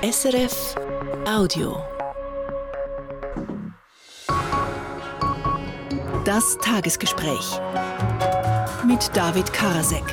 SRF Audio. Das Tagesgespräch mit David Karasek.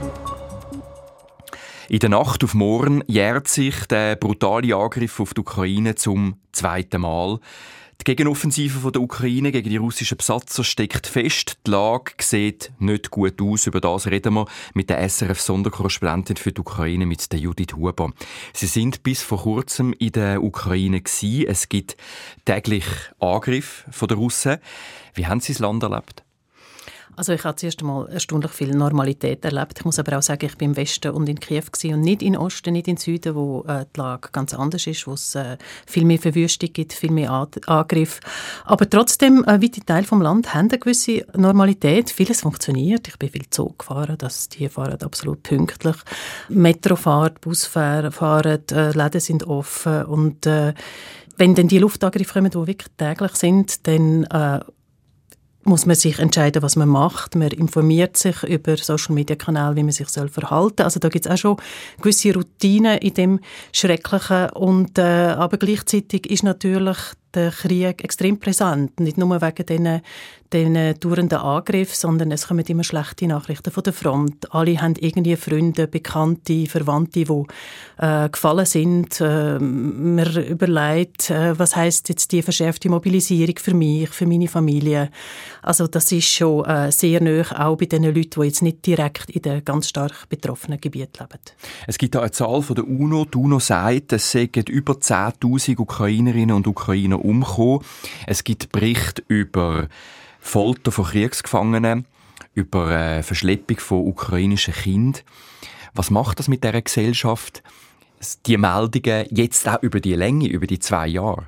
In der Nacht auf morgen jährt sich der brutale Angriff auf die Ukraine zum zweiten Mal. Die Gegenoffensive der Ukraine gegen die russischen Besatzer steckt fest. Die Lage sieht nicht gut aus. Über das reden wir mit der SRF-Sonderkorrespondentin für die Ukraine, mit der Judith Huber. Sie sind bis vor kurzem in der Ukraine gewesen. Es gibt täglich Angriffe von den Russen. Wie haben Sie das Land erlebt? Also ich habe zuerst einmal erstaunlich viel Normalität erlebt. Ich muss aber auch sagen, ich bin im Westen und in Kiew gewesen und nicht im Osten, nicht im Süden, wo die Lage ganz anders ist, wo es viel mehr Verwüstung gibt, viel mehr Angriffe. Aber trotzdem, weite Teile vom Land haben eine gewisse Normalität. Vieles funktioniert. Ich bin viel Zug gefahren, die fahren absolut pünktlich. Metro fährt, Bus fahren, Läden sind offen. Und wenn dann die Luftangriffe kommen, die wirklich täglich sind, dann muss man sich entscheiden, was man macht. Man informiert sich über Social-Media-Kanäle, wie man sich verhalten soll. Also da gibt es auch schon gewisse Routinen in dem Schrecklichen. Und, aber gleichzeitig ist natürlich der Krieg extrem präsent. Nicht nur wegen diesen dauernden Angriffen, sondern es kommen immer schlechte Nachrichten von der Front. Alle haben irgendwie Freunde, Bekannte, Verwandte, die gefallen sind. Man überlegt, was heisst jetzt die verschärfte Mobilisierung für mich, für meine Familie. Also das ist schon sehr nahe, auch bei den Leuten, die jetzt nicht direkt in den ganz stark betroffenen Gebieten leben. Es gibt da eine Zahl von der UNO. Die UNO sagt, es seien über 10'000 Ukrainerinnen und Ukrainer umgekommen. Es gibt Berichte über Folter von Kriegsgefangenen, über Verschleppung von ukrainischen Kindern. Was macht das mit dieser Gesellschaft, die Meldungen jetzt auch über die Länge, über die 2 Jahre?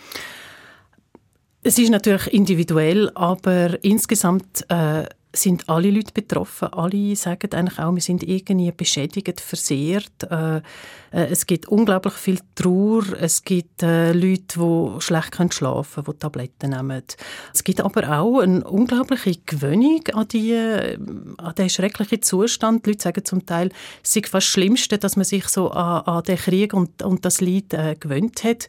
Es ist natürlich individuell, aber insgesamt sind alle Leute betroffen. Alle sagen eigentlich auch, wir sind irgendwie beschädigt, versehrt. Es gibt unglaublich viel Trauer. Es gibt Leute, die schlecht schlafen können, die Tabletten nehmen. Es gibt aber auch eine unglaubliche Gewöhnung an den schrecklichen Zustand. Die Leute sagen zum Teil, es sei fast das Schlimmste, dass man sich so an den Krieg und das Leid gewöhnt hat.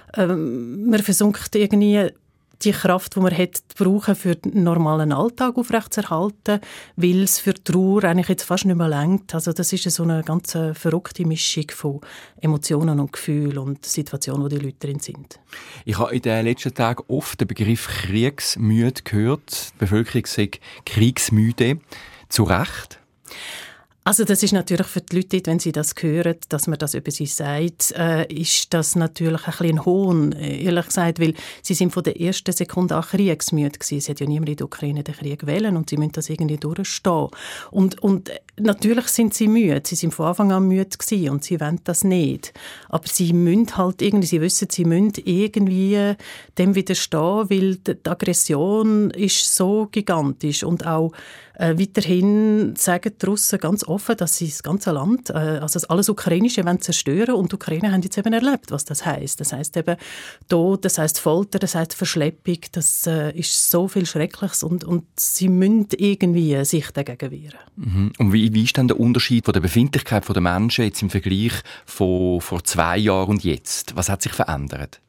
Man versucht irgendwie die Kraft, die man hat, brauchen, für den normalen Alltag aufrechtzuerhalten, weil es für die Trauer eigentlich jetzt fast nicht mehr reicht. Also das ist so eine ganz verrückte Mischung von Emotionen und Gefühlen und Situationen, wo die Leute drin sind. Ich habe in den letzten Tagen oft den Begriff kriegsmüde gehört. Die Bevölkerung sagt kriegsmüde. Zu Recht? Also das ist natürlich für die Leute, wenn sie das hören, dass man das über sie sagt, ist das natürlich ein bisschen ein Hohn, ehrlich gesagt, weil sie sind von der ersten Sekunde an kriegsmüde gewesen. Es hat ja niemand in der Ukraine den Krieg wählen und sie müssen das irgendwie durchstehen. Und natürlich sind sie müde, sie sind von Anfang an müde gewesen und sie wollen das nicht. Aber sie müssen halt irgendwie, sie wissen, sie müssen irgendwie dem widerstehen, weil die Aggression ist so gigantisch und auch weiterhin sagen die Russen ganz offen, dass sie das ganze Land, also alles Ukrainische, wollen zerstören. Und die Ukrainer haben jetzt eben erlebt, was das heisst. Das heisst eben Tod, das heisst Folter, das heisst Verschleppung. Das ist so viel Schreckliches und sie müssen irgendwie sich dagegen wehren. Mhm. Und wie ist denn der Unterschied von der Befindlichkeit der Menschen jetzt im Vergleich von vor 2 Jahren und jetzt? Was hat sich verändert?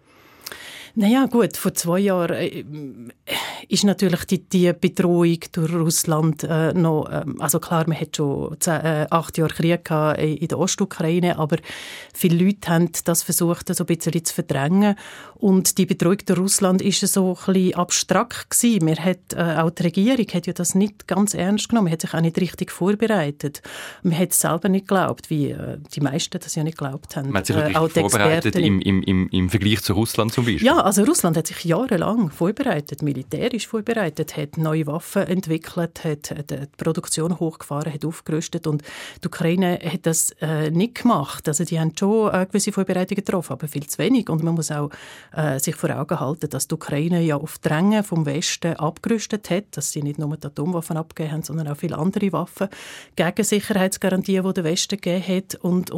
Naja, gut, vor 2 Jahren ist natürlich die Bedrohung durch Russland noch, also klar, man hat schon 8 Jahre Krieg gehabt in der Ostukraine, aber viele Leute haben das versucht, so ein bisschen zu verdrängen. Und die Bedrohung durch Russland ist so ein bisschen abstrakt gewesen. Auch die Regierung hat ja das nicht ganz ernst genommen, man hat sich auch nicht richtig vorbereitet. Man hat es selber nicht geglaubt, wie die meisten das ja nicht geglaubt haben. Man hat sich auch vorbereitet im Vergleich zu Russland zum Beispiel? Ja, also Russland hat sich jahrelang vorbereitet, militärisch vorbereitet, hat neue Waffen entwickelt, hat die Produktion hochgefahren, hat aufgerüstet und die Ukraine hat das nicht gemacht. Also die haben schon gewisse Vorbereitungen getroffen, aber viel zu wenig. Und man muss auch sich vor Augen halten, dass die Ukraine ja auf Drängen vom Westen abgerüstet hat, dass sie nicht nur die Atomwaffen abgegeben haben, sondern auch viele andere Waffen gegen Sicherheitsgarantien, die der Westen gegeben hat. Und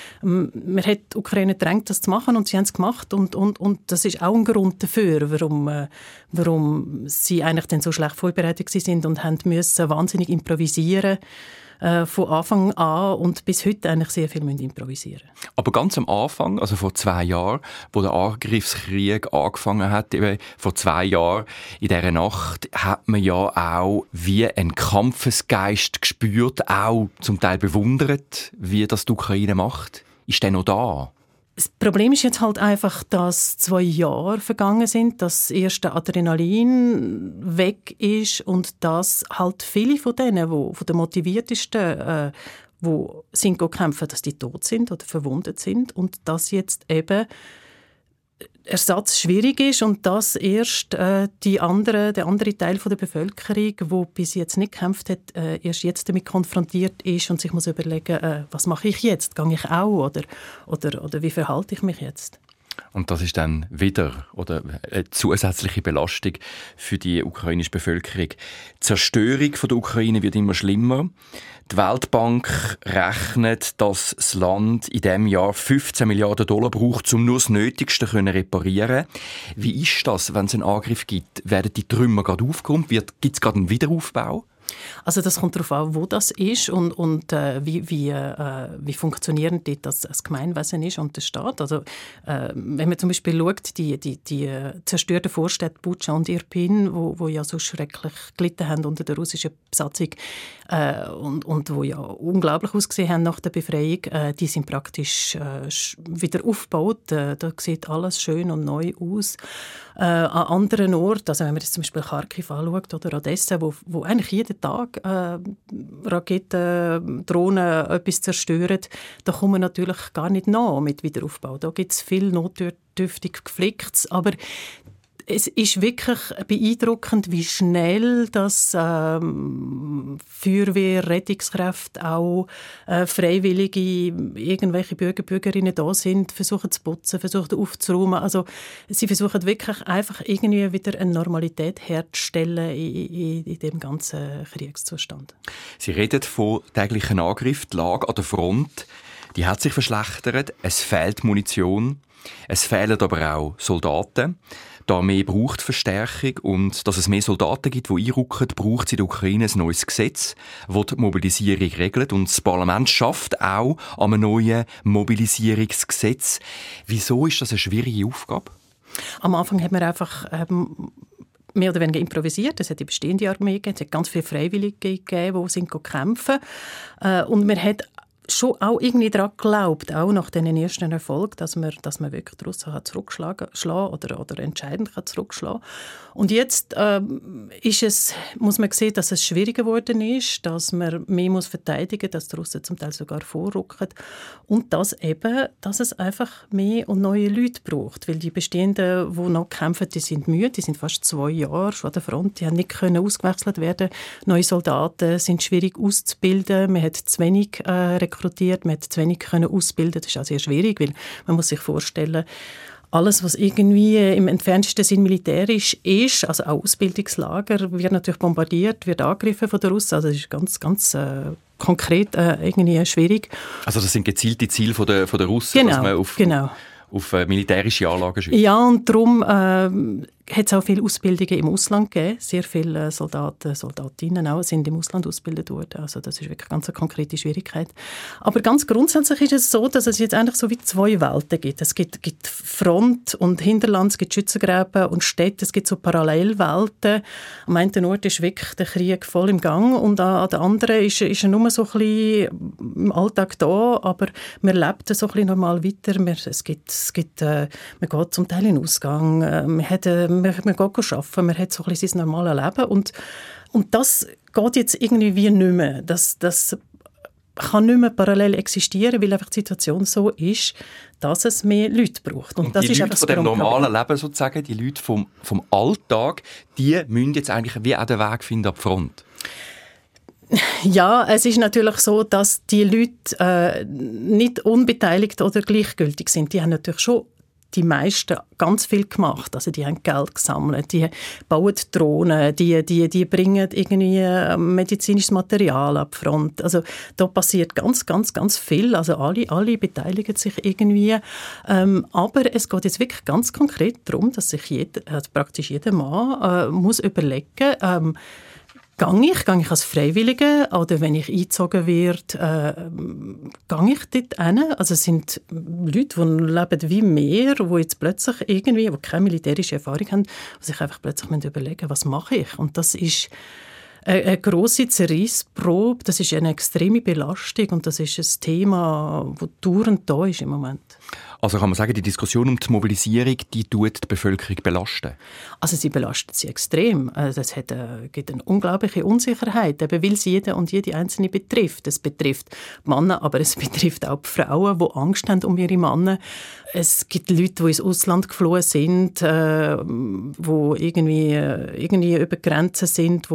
man hat die Ukraine gedrängt, das zu machen und sie haben es gemacht und das ist auch ein Grund dafür, warum sie eigentlich dann so schlecht vorbereitet sind und haben müssen wahnsinnig improvisieren. von Anfang an und bis heute eigentlich sehr viel improvisieren müssen. Aber ganz am Anfang, also vor 2 Jahren, wo der Angriffskrieg angefangen hat, eben vor 2 Jahren, in dieser Nacht, hat man ja auch wie einen Kampfesgeist gespürt, auch zum Teil bewundert, wie das die Ukraine macht. Ist der noch da? Das Problem ist jetzt halt einfach, dass 2 Jahre vergangen sind, dass das erste Adrenalin weg ist und dass halt viele von denen, von den motiviertesten, die sind kämpfen, dass die tot sind oder verwundet sind und dass jetzt eben Ersatz schwierig ist und dass erst der andere Teil der Bevölkerung, der bis jetzt nicht gekämpft hat, erst jetzt damit konfrontiert ist und sich muss überlegen, was mache ich jetzt? Gehe ich auch oder wie verhalte ich mich jetzt? Und das ist dann wieder eine zusätzliche Belastung für die ukrainische Bevölkerung. Die Zerstörung der Ukraine wird immer schlimmer. Die Weltbank rechnet, dass das Land in diesem Jahr 15 Milliarden Dollar braucht, um nur das Nötigste zu reparieren. Wie ist das, wenn es einen Angriff gibt? Werden die Trümmer gerade aufgeräumt? Gibt es gerade einen Wiederaufbau? Also das kommt darauf an, wo das ist und wie funktionierend dort das Gemeinwesen ist und der Staat. Also, wenn man zum Beispiel schaut, die zerstörten Vorstädte Bucha und Irpin, wo ja so schrecklich gelitten haben unter der russischen Besatzung und wo ja unglaublich ausgesehen haben nach der Befreiung, die sind praktisch wieder aufgebaut. Da sieht alles schön und neu aus. An anderen Orten, also wenn man jetzt zum Beispiel Kharkiv anschaut oder Odessa, wo eigentlich jeden Tag Raketen, Drohnen etwas zerstören, da kommen wir natürlich gar nicht nach mit Wiederaufbau. Da gibt es viel notdürftig Geflicktes, aber es ist wirklich beeindruckend, wie schnell das Feuerwehr, Rettungskräfte, auch Freiwillige, irgendwelche Bürgerinnen da sind, versuchen zu putzen, versuchen aufzuräumen. Also sie versuchen wirklich einfach irgendwie wieder eine Normalität herzustellen in dem ganzen Kriegszustand. Sie reden von täglichen Angriffen. Die Lage an der Front, die hat sich verschlechtert. Es fehlt Munition. Es fehlen aber auch Soldaten. Die Armee braucht Verstärkung und dass es mehr Soldaten gibt, die einrücken, braucht es in der Ukraine ein neues Gesetz, das die Mobilisierung regelt. Und das Parlament schafft auch an einem neuen Mobilisierungsgesetz. Wieso ist das eine schwierige Aufgabe? Am Anfang hat man einfach mehr oder weniger improvisiert. Es hat die bestehende Armee gegeben, es hat ganz viele Freiwillige gegeben, die sind kämpfen. Und man hat schon auch irgendwie daran geglaubt, auch nach den ersten Erfolg, dass man wirklich die Russen zurückschlagen oder entscheidend zurückschlagen kann. Und jetzt muss man sehen, dass es schwieriger geworden ist, dass man mehr muss verteidigen muss, dass die Russen zum Teil sogar vorrücken und dass es einfach mehr und neue Leute braucht. Weil die Bestehenden, die noch kämpfen, die sind müde, die sind fast 2 Jahre schon an der Front, die haben nicht ausgewechselt werden. Neue Soldaten sind schwierig auszubilden, man hat zu wenig rekrutiert, man hat zu wenig ausbilden. Das ist auch sehr schwierig, weil man muss sich vorstellen, alles, was irgendwie im entferntesten Sinn militärisch ist, also auch Ausbildungslager, wird natürlich bombardiert, wird angegriffen von den Russen. Also das ist ganz, ganz konkret irgendwie schwierig. Also das sind gezielte Ziele von der Russen, genau, dass man auf militärische Anlagen schießt? Ja, und darum hat es auch viele Ausbildungen im Ausland gegeben. Sehr viele Soldaten, Soldatinnen auch sind im Ausland ausgebildet worden. Also das ist wirklich ganz eine konkrete Schwierigkeit. Aber ganz grundsätzlich ist es so, dass es jetzt eigentlich so wie 2 Welten gibt. Es gibt Front und Hinterland, es gibt Schützengräben und Städte, es gibt so Parallelwelten. Am einen Ort ist wirklich der Krieg voll im Gang und an der anderen ist er nur so ein bisschen im Alltag da, aber man lebt so ein bisschen normal weiter. Man geht zum Teil in den Ausgang, man geht arbeiten, man hat so ein bisschen sein normales Leben und das geht jetzt irgendwie wie nicht mehr. Das kann nicht mehr parallel existieren, weil einfach die Situation so ist, dass es mehr Leute braucht. Und das die ist Leute von dem normalen Leben sozusagen, die Leute vom Alltag, die müssen jetzt eigentlich wie auch den Weg finden an die Front. Ja, es ist natürlich so, dass die Leute nicht unbeteiligt oder gleichgültig sind. Die haben natürlich schon die meisten ganz viel gemacht. Also die haben Geld gesammelt, die bauen Drohnen, die bringen irgendwie medizinisches Material ab Front. Also da passiert ganz, ganz, ganz viel. Also alle beteiligen sich irgendwie. Aber es geht jetzt wirklich ganz konkret darum, dass sich praktisch jeder Mann muss überlegen, Gehe ich als Freiwillige oder wenn ich eingezogen werde, gehe ich dort hin. Also es sind Leute, die leben wie wir, die jetzt plötzlich irgendwie, die keine militärische Erfahrung haben, die sich einfach plötzlich überlegen müssen, was mache ich? Und das ist eine grosse Zerreissprobe, das ist eine extreme Belastung und das ist ein Thema, das dauernd da ist im Moment. Also kann man sagen, die Diskussion um die Mobilisierung, die tut die Bevölkerung belasten? Also sie belastet sie extrem. Es gibt eine unglaubliche Unsicherheit, eben weil es jeden und jede Einzelne betrifft. Es betrifft die Männer, aber es betrifft auch die Frauen, die Angst haben um ihre Männer. Es gibt Leute, die ins Ausland geflohen sind, die irgendwie über Grenzen sind,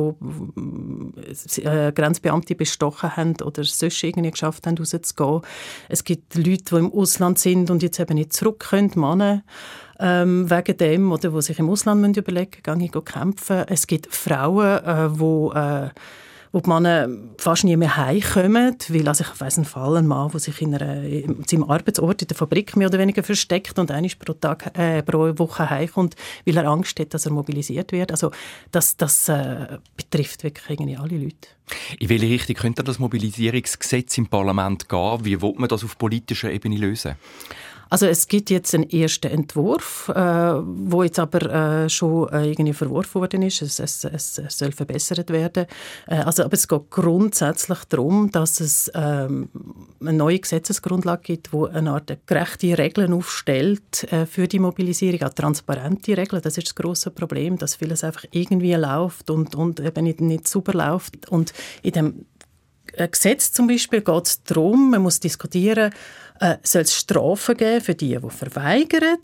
die Grenzbeamte bestochen haben oder sonst irgendwie geschafft haben, rauszugehen. Es gibt Leute, die im Ausland sind und jetzt eben nicht zurück können, Männer, wegen dem, oder die sich im Ausland überlegen müssen, gehe ich kämpfen. Es gibt Frauen, wo die Männer fast nie mehr heimkommen, weil also ich weiss einen Fall, ein Mann, der sich in seinem Arbeitsort in der Fabrik mehr oder weniger versteckt und einmal pro Woche heimkommt, weil er Angst hat, dass er mobilisiert wird. Also das betrifft wirklich irgendwie alle Leute. In welche Richtung könnte das Mobilisierungsgesetz im Parlament gehen? Wie will man das auf politischer Ebene lösen? Also es gibt jetzt einen ersten Entwurf, wo jetzt aber schon irgendwie verworfen worden ist. Es soll verbessert werden. Aber es geht grundsätzlich darum, dass es eine neue Gesetzesgrundlage gibt, die eine Art gerechte Regeln aufstellt für die Mobilisierung, auch transparente Regeln. Das ist das grosse Problem, dass vieles einfach irgendwie läuft und eben nicht sauber läuft. Und in dem Gesetz zum Beispiel geht es darum, man muss diskutieren, soll es Strafen geben für die verweigern?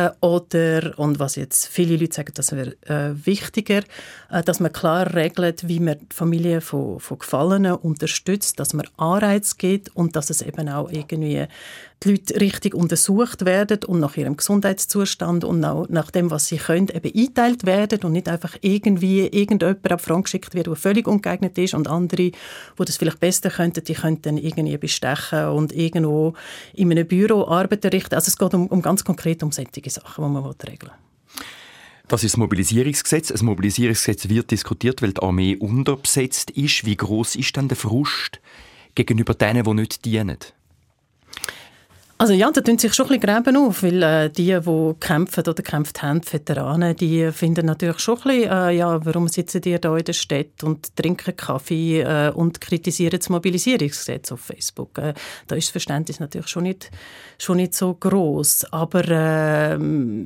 Und was jetzt viele Leute sagen, das wäre wichtiger, dass man klar regelt, wie man die Familie von Gefallenen unterstützt, dass man Anreiz gibt und dass es eben auch irgendwie die Leute richtig untersucht werden und nach ihrem Gesundheitszustand und auch nach dem, was sie können, eben eingeteilt werden und nicht einfach irgendwie irgendjemand auf Front geschickt wird, der völlig ungeeignet ist und andere, die das vielleicht besser könnten, die könnten irgendwie bestechen und irgendwo in einem Büro Arbeit errichten. Also es geht ganz konkret um solche Sachen, die man regeln will. Das ist das Mobilisierungsgesetz. Ein Mobilisierungsgesetz wird diskutiert, weil die Armee unterbesetzt ist. Wie gross ist denn der Frust gegenüber denen, die nicht dienen? Also ja, da tun sich schon ein bisschen Gräben auf, weil die kämpfen oder gekämpft haben, die Veteranen, die finden natürlich schon ein bisschen, warum sitzen die da in der Stadt und trinken Kaffee und kritisieren das Mobilisierungsgesetz auf Facebook. Da ist das Verständnis natürlich schon nicht so gross. Aber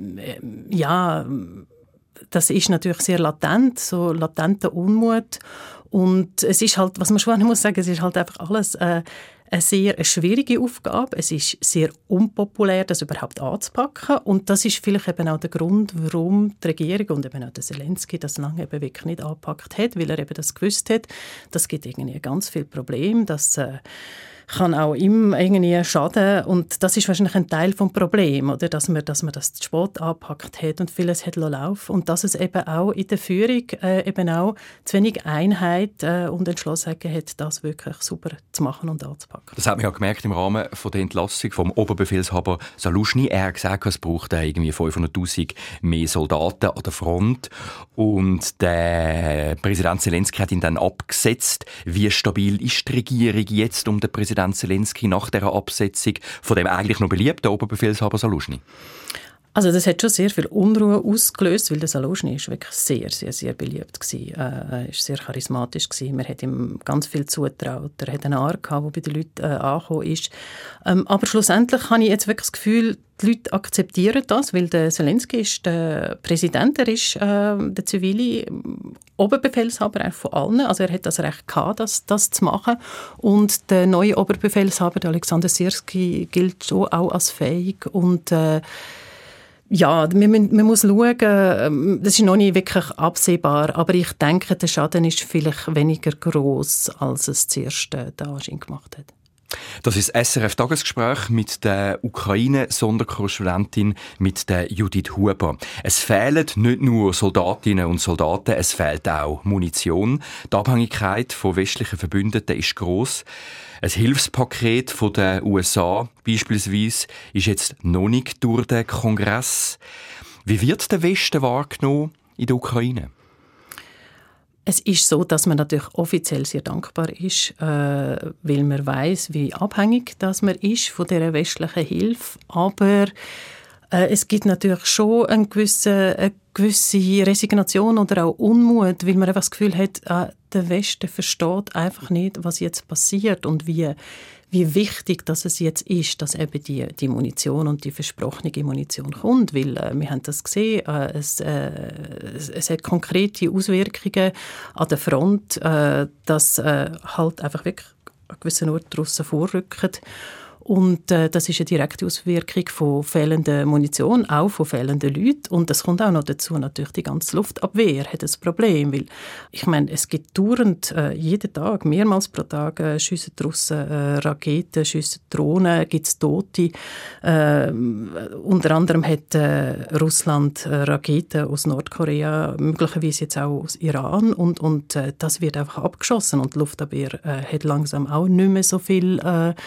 das ist natürlich sehr latent, so latenter Unmut. Und es ist halt, was man schon muss sagen, es ist halt einfach alles eine sehr schwierige Aufgabe. Es ist sehr unpopulär, das überhaupt anzupacken. Und das ist vielleicht eben auch der Grund, warum die Regierung und eben auch der Zelensky das lange eben wirklich nicht angepackt hat, weil er eben das gewusst hat. Das gibt irgendwie ganz viele Probleme, das kann auch ihm irgendwie schaden und das ist wahrscheinlich ein Teil des Problems, oder? Dass man das zu spät angepackt hat und vieles hat laufen und dass es eben auch in der Führung eben auch zu wenig Einheit und Entschlossenheit hat, das wirklich super zu machen und anzupacken. Das hat man ja gemerkt im Rahmen von der Entlassung vom Oberbefehlshaber Saluschny. Er hat gesagt, es braucht irgendwie 500'000 mehr Soldaten an der Front und der Präsident Zelensky hat ihn dann abgesetzt. Wie stabil ist die Regierung jetzt um den Präsidenten Zelensky nach dieser Absetzung von dem eigentlich noch beliebten Oberbefehlshaber Saluschny? Also das hat schon sehr viel Unruhe ausgelöst, weil der Saluschny ist wirklich sehr, sehr, sehr beliebt gewesen. Er war sehr charismatisch gewesen. Man hat ihm ganz viel zugetraut. Er hat eine Art gehabt, die bei den Leuten angekommen ist. Aber schlussendlich habe ich jetzt wirklich das Gefühl, die Leute akzeptieren das, weil der Zelensky ist der Präsident, er ist der zivile Oberbefehlshaber von allen. Also er hat das Recht gehabt, das zu machen. Und der neue Oberbefehlshaber, der Alexander Syrski, gilt schon auch als fähig und man muss schauen, das ist noch nicht wirklich absehbar, aber ich denke, der Schaden ist vielleicht weniger gross, als es zuerst der Aschin gemacht hat. Das ist das SRF-Tagesgespräch mit der Ukraine-Sonderkorrespondentin mit der Judith Huber. Es fehlen nicht nur Soldatinnen und Soldaten, es fehlt auch Munition. Die Abhängigkeit von westlichen Verbündeten ist gross. Ein Hilfspaket von den USA beispielsweise ist jetzt noch nicht durch den Kongress. Wie wird der Westen wahrgenommen in der Ukraine? Es ist so, dass man natürlich offiziell sehr dankbar ist, weil man weiss, wie abhängig dass man ist von dieser westlichen Hilfe. Aber es gibt natürlich schon eine gewisse Resignation oder auch Unmut, weil man einfach das Gefühl hat, der Westen versteht einfach nicht, was jetzt passiert und wie wichtig dass es jetzt ist, dass eben die Munition und die versprochene Munition kommt. Weil wir haben das gesehen, es hat konkrete Auswirkungen an der Front, dass halt einfach wirklich an gewissen Orten draussen vorrücken. Und das ist eine direkte Auswirkung von fehlender Munition, auch von fehlenden Leuten. Und das kommt auch noch dazu, natürlich die ganze Luftabwehr hat ein Problem. Weil, ich meine, es gibt dauernd, jeden Tag, mehrmals pro Tag, schiessen draussen Raketen, schiessen Drohnen, gibt es Tote. Unter anderem hat Russland Raketen aus Nordkorea, möglicherweise jetzt auch aus Iran. Und das wird einfach abgeschossen. Und die Luftabwehr hat langsam auch nicht mehr so viel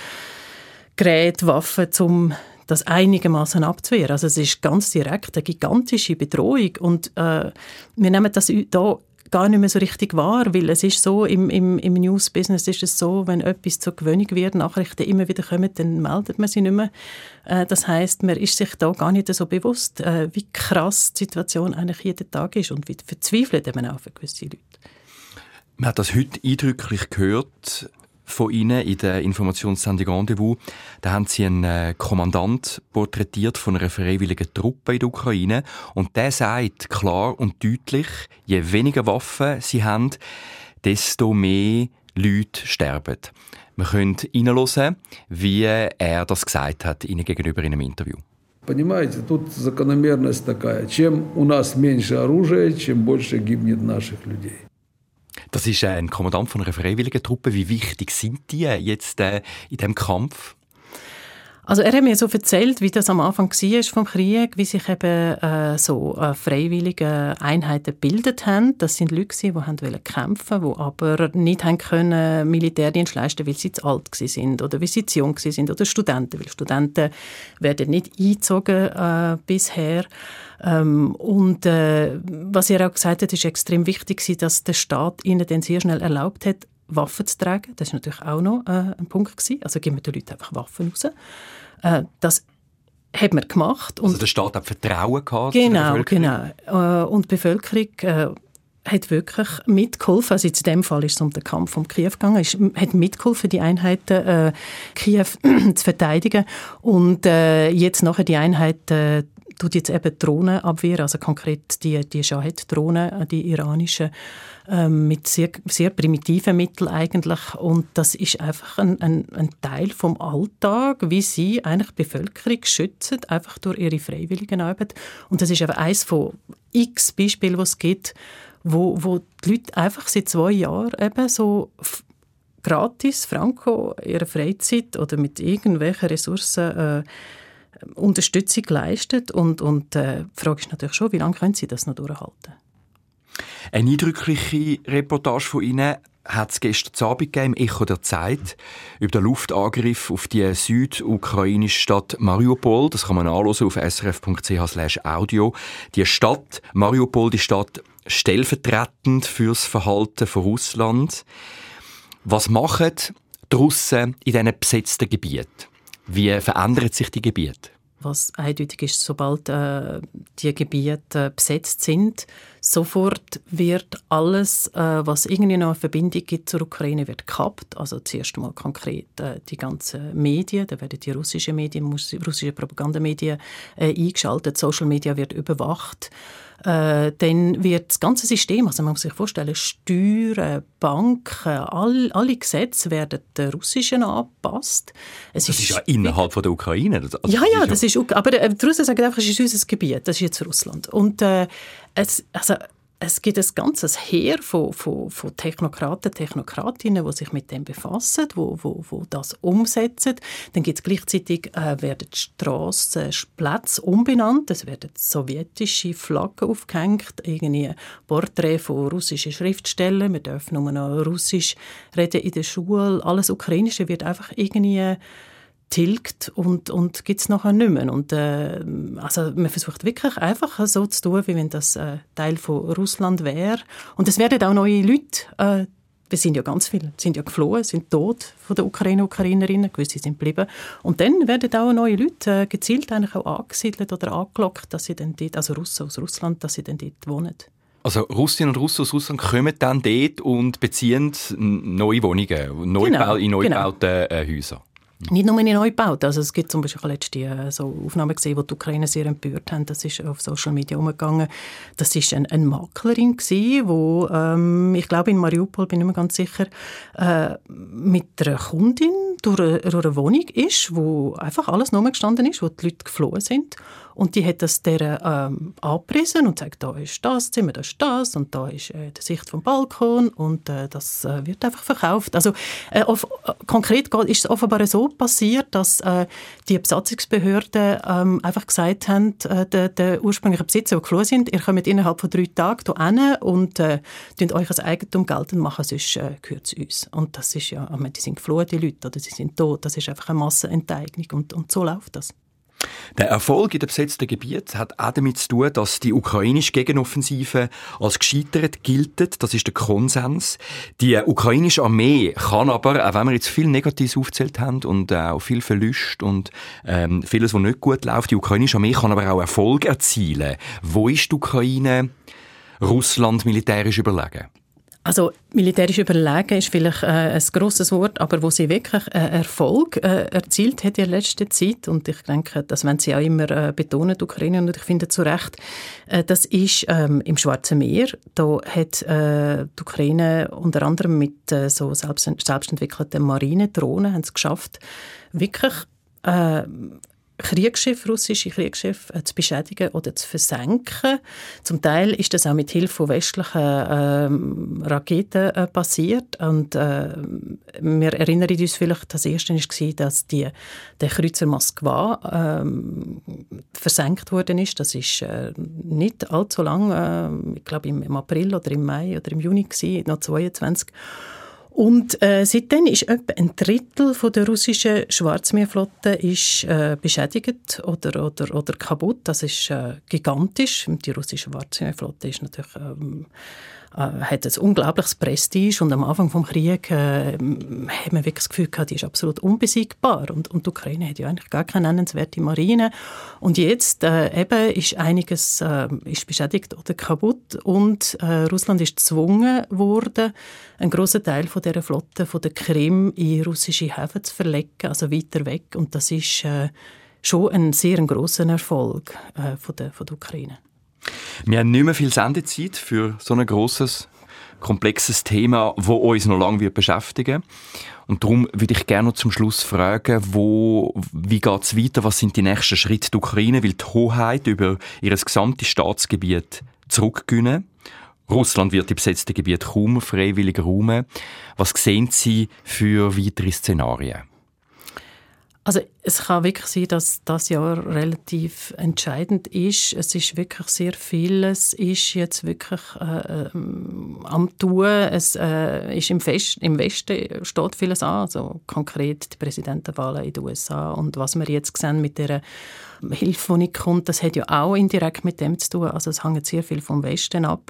Geräte, Waffen, um das einigermaßen abzuwehren. Also es ist ganz direkt eine gigantische Bedrohung und wir nehmen das hier gar nicht mehr so richtig wahr, weil es ist so, im News-Business ist es so, wenn etwas zur Gewöhnung wird, Nachrichten immer wieder kommen, dann meldet man sie nicht mehr. Das heisst, man ist sich da gar nicht so bewusst, wie krass die Situation eigentlich jeden Tag ist und wie verzweifelt eben auch für gewisse Leute. Man hat das heute eindrücklich gehört von Ihnen in der Informationssendung Rendezvous. Da haben Sie einen Kommandant porträtiert von einer freiwilligen Truppe in der Ukraine. Und der sagt klar und deutlich, je weniger Waffen sie haben, desto mehr Leute sterben. Wir können reinhören, wie er das gesagt hat, Ihnen gegenüber in einem Interview. Понимаете, тут закономерность такая. Чем у нас меньше оружия, чем больше гибнет наших людей. Das ist ein Kommandant von einer freiwilligen Truppe. Wie wichtig sind die jetzt in diesem Kampf? Also er hat mir so erzählt, wie das am Anfang war vom Krieg, wie sich eben freiwillige Einheiten gebildet haben. Das sind Leute, die kämpfen wollten, die aber nicht haben können Militärdienst leisten, weil sie zu alt waren oder weil sie zu jung waren oder Studenten, weil Studenten werden nicht eingezogen bisher. Was er auch gesagt hat, ist extrem wichtig, dass der Staat ihnen dann sehr schnell erlaubt hat, Waffen zu tragen. Das war natürlich auch noch ein Punkt gewesen. Also geben wir den Leuten einfach Waffen raus. Das hat man gemacht. Und also der Staat hat Vertrauen gehabt. Genau. Und die Bevölkerung hat wirklich mitgeholfen. Also in diesem Fall ist es um den Kampf um Kiew gegangen. Hat mitgeholfen, die Einheiten Kiew zu verteidigen. Und jetzt nachher die Einheit tut jetzt eben Drohnenabwehr, also konkret die Shahed-Drohnen, die iranischen, mit sehr, sehr primitiven Mitteln eigentlich. Und das ist einfach ein Teil vom Alltag, wie sie eigentlich die Bevölkerung schützen, einfach durch ihre Freiwilligenarbeit. Und das ist eben eines von x Beispielen, die es gibt, wo die Leute einfach seit 2 Jahren eben so gratis, franco, ihre Freizeit oder mit irgendwelchen Ressourcen Unterstützung leistet. Und die Frage ist natürlich schon, wie lange können sie das noch durchhalten? Eine eindrückliche Reportage von Ihnen hat es gestern Abend gegeben, im Echo der Zeit, über den Luftangriff auf die südukrainische Stadt Mariupol. Das kann man nachlesen auf srf.ch/audio. Die Stadt Mariupol, die Stadt stellvertretend für das Verhalten von Russland. Was machen die Russen in diesen besetzten Gebieten? Wie verändern sich die Gebiete? Was eindeutig ist, sobald die Gebiete besetzt sind, sofort wird alles, was irgendwie noch eine Verbindung gibt zur Ukraine, wird gekappt. Also zuerst einmal konkret die ganzen Medien, da werden die russischen Medien, russische Propagandamedien eingeschaltet, Social Media wird überwacht. Dann wird das ganze System, also man muss sich vorstellen, Steuern, Banken, alle Gesetze werden den russischen angepasst. Das ist ja innerhalb der Ukraine. Also ja, das ist aber die Russen sagen einfach, es ist unser Gebiet, das ist jetzt Russland. Und es gibt ein ganzes Heer von Technokraten, Technokratinnen, die sich mit dem befassen, die das umsetzen. Dann gibt es gleichzeitig, werden die Strassenplätze umbenannt, es werden sowjetische Flaggen aufgehängt, irgendwie Porträts von russischen Schriftstellern, wir dürfen nur noch Russisch reden in der Schule, alles Ukrainische wird einfach irgendwie tilgt und gibt es nachher nicht mehr. Und, also man versucht wirklich einfach so zu tun, wie wenn das Teil von Russland wäre. Und es werden auch neue Leute, es sind ja ganz viele, sind ja geflohen, sind tot von den Ukrainer, Ukrainerinnen, gewisse sind geblieben. Und dann werden auch neue Leute gezielt eigentlich auch angesiedelt oder angelockt, dass sie dann dort, also Russen aus Russland, dass sie dann dort wohnen. Also Russinnen und Russen aus Russland kommen dann dort und beziehen neue Wohnungen, in neu gebauten Häusern. Nicht nur in Neubauten. Also es gibt zum Beispiel letzte so Aufnahmen gesehen, die Ukrainer sehr empört haben. Das ist auf Social Media umgegangen. Das ist eine Maklerin gewesen, die, ich glaube in Mariupol, bin ich mir ganz sicher, mit einer Kundin durch eine Wohnung ist, wo einfach alles nur gestanden ist, wo die Leute geflohen sind. Und die hat das der angepriesen und sagt, da ist das Zimmer, da ist das und da ist die Sicht vom Balkon und das wird einfach verkauft. Also konkret ist es offenbar so passiert, dass die Besatzungsbehörden einfach gesagt haben, der ursprüngliche Besitzer, die geflohen sind, ihr kommt innerhalb von 3 Tagen hierhin und euch als Eigentum geltend machen, sonst gehört es uns. Und das ist ja, ich meine, die sind geflohen, die Leute, oder sie sind tot. Das ist einfach eine Massenenteignung und so läuft das. Der Erfolg in den besetzten Gebieten hat auch damit zu tun, dass die ukrainische Gegenoffensive als gescheitert gilt. Das ist der Konsens. Die ukrainische Armee kann aber, auch wenn wir jetzt viel Negatives aufgezählt haben und auch viel Verluste und vieles, was nicht gut läuft, die ukrainische Armee kann aber auch Erfolg erzielen. Wo ist die Ukraine Russland militärisch überlegen? Also militärisch überlegen ist vielleicht ein grosses Wort, aber wo sie wirklich Erfolg erzielt hat in der letzten Zeit, und ich denke, das wollen sie auch immer betonen, die Ukraine, und ich finde zu Recht, das ist im Schwarzen Meer. Da hat die Ukraine unter anderem mit so selbstentwickelten Marinedrohnen haben es geschafft, wirklich russische Kriegsschiffe zu beschädigen oder zu versenken. Zum Teil ist das auch mit Hilfe von westlichen Raketen passiert. Und wir erinnern uns vielleicht, das erste war, dass der Kreuzer Moskwa versenkt worden ist. Das ist nicht allzu lang, ich glaube im April oder im Mai oder im Juni gewesen, noch 22. Und seitdem ist etwa ein Drittel von der russischen Schwarzmeerflotte ist, beschädigt oder kaputt. Das ist gigantisch. Die russische Schwarzmeerflotte ist natürlich hat ein unglaubliches Prestige, und am Anfang des Krieges hat man wirklich das Gefühl gehabt, die ist absolut unbesiegbar, und die Ukraine hat ja eigentlich gar keine nennenswerte Marine, und jetzt eben ist einiges ist beschädigt oder kaputt, und Russland ist gezwungen worden, einen grossen Teil von dieser Flotte von der Krim in russische Häfen zu verlegen, also weiter weg, und das ist schon ein sehr grosser Erfolg von der Ukraine. Wir haben nicht mehr viel Sendezeit für so ein grosses, komplexes Thema, das uns noch lange beschäftigen wird. Und darum würde ich gerne noch zum Schluss fragen, wie geht es weiter, was sind die nächsten Schritte der Ukraine, will die Hoheit über ihr gesamtes Staatsgebiet zurückgewinnen. Russland wird die besetzten Gebiete kaum freiwillig räumen. Was sehen Sie für weitere Szenarien? Also es kann wirklich sein, dass das Jahr relativ entscheidend ist. Es ist wirklich sehr vieles ist jetzt wirklich am Tun. Es ist im Westen steht vieles an, also konkret die Präsidentenwahlen in den USA, und was wir jetzt sehen mit der Hilfe, die nicht kommt, das hat ja auch indirekt mit dem zu tun. Also es hängt sehr viel vom Westen ab.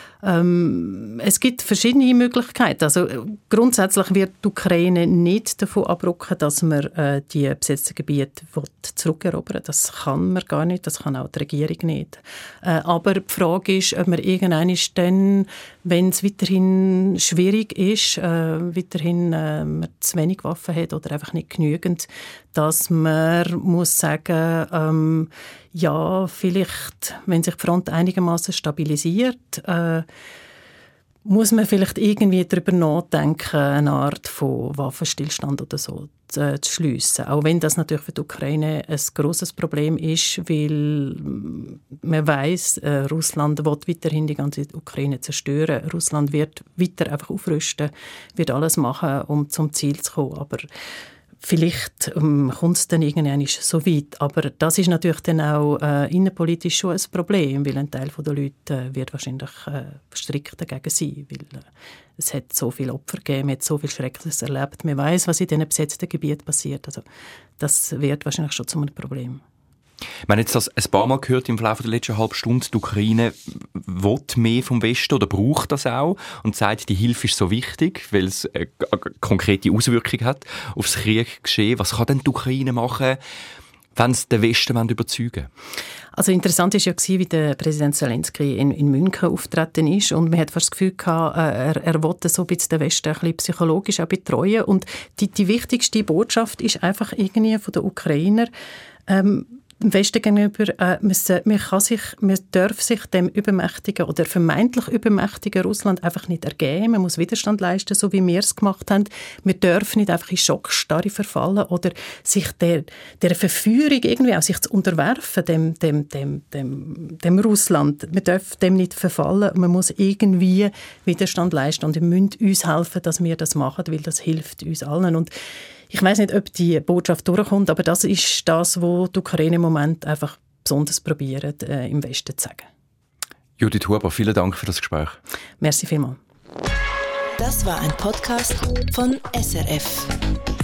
Es gibt verschiedene Möglichkeiten. Also grundsätzlich wird die Ukraine nicht davon abrücken, dass man die besetzten Gebiete zurückerobern will. Das kann man gar nicht, das kann auch die Regierung nicht. Aber die Frage ist, ob man irgendwann dann, wenn es weiterhin schwierig ist, weiterhin man zu wenig Waffen hat oder einfach nicht genügend, dass man muss sagen, ja, vielleicht, wenn sich die Front einigermaßen stabilisiert, muss man vielleicht irgendwie darüber nachdenken, eine Art von Waffenstillstand oder so zu schliessen. Auch wenn das natürlich für die Ukraine ein grosses Problem ist, weil man weiss, Russland will weiterhin die ganze Ukraine zerstören. Russland wird weiter einfach aufrüsten, wird alles machen, um zum Ziel zu kommen. Aber Vielleicht kommt es dann irgendwann so weit. Aber das ist natürlich dann auch innenpolitisch schon ein Problem, weil ein Teil der Leute wird wahrscheinlich strikt dagegen sein, weil es hat so viele Opfer gegeben, man hat so viel Schreckliches erlebt, man weiß, was in diesen besetzten Gebieten passiert. Also das wird wahrscheinlich schon zu einem Problem. Wir haben jetzt das ein paar Mal gehört im Verlauf der letzten halben Stunde. Die Ukraine will mehr vom Westen oder braucht das auch und sagt, die Hilfe ist so wichtig, weil es eine konkrete Auswirkungen hat auf das Kriegsgeschehen. Was kann denn die Ukraine machen, wenn sie den Westen überzeugen wollen? Also interessant war ja, wie der Präsident Zelensky in München auftreten ist und man hat fast das Gefühl gehabt, er wollte so ein bisschen den Westen ein bisschen psychologisch auch betreuen und die wichtigste Botschaft ist einfach irgendwie von den Ukrainern, dem Westen gegenüber, man darf sich dem übermächtigen oder vermeintlich übermächtigen Russland einfach nicht ergeben. Man muss Widerstand leisten, so wie wir es gemacht haben. Man darf nicht einfach in Schockstarre verfallen oder sich der Verführung irgendwie auch sich zu unterwerfen, dem Russland. Man darf dem nicht verfallen. Man muss irgendwie Widerstand leisten und wir müssen uns helfen, dass wir das machen, weil das hilft uns allen. Und ich weiss nicht, ob die Botschaft durchkommt, aber das ist das, was die Ukraine im Moment einfach besonders probiert, im Westen zu sagen. Judith Huber, vielen Dank für das Gespräch. Merci vielmals. Das war ein Podcast von SRF.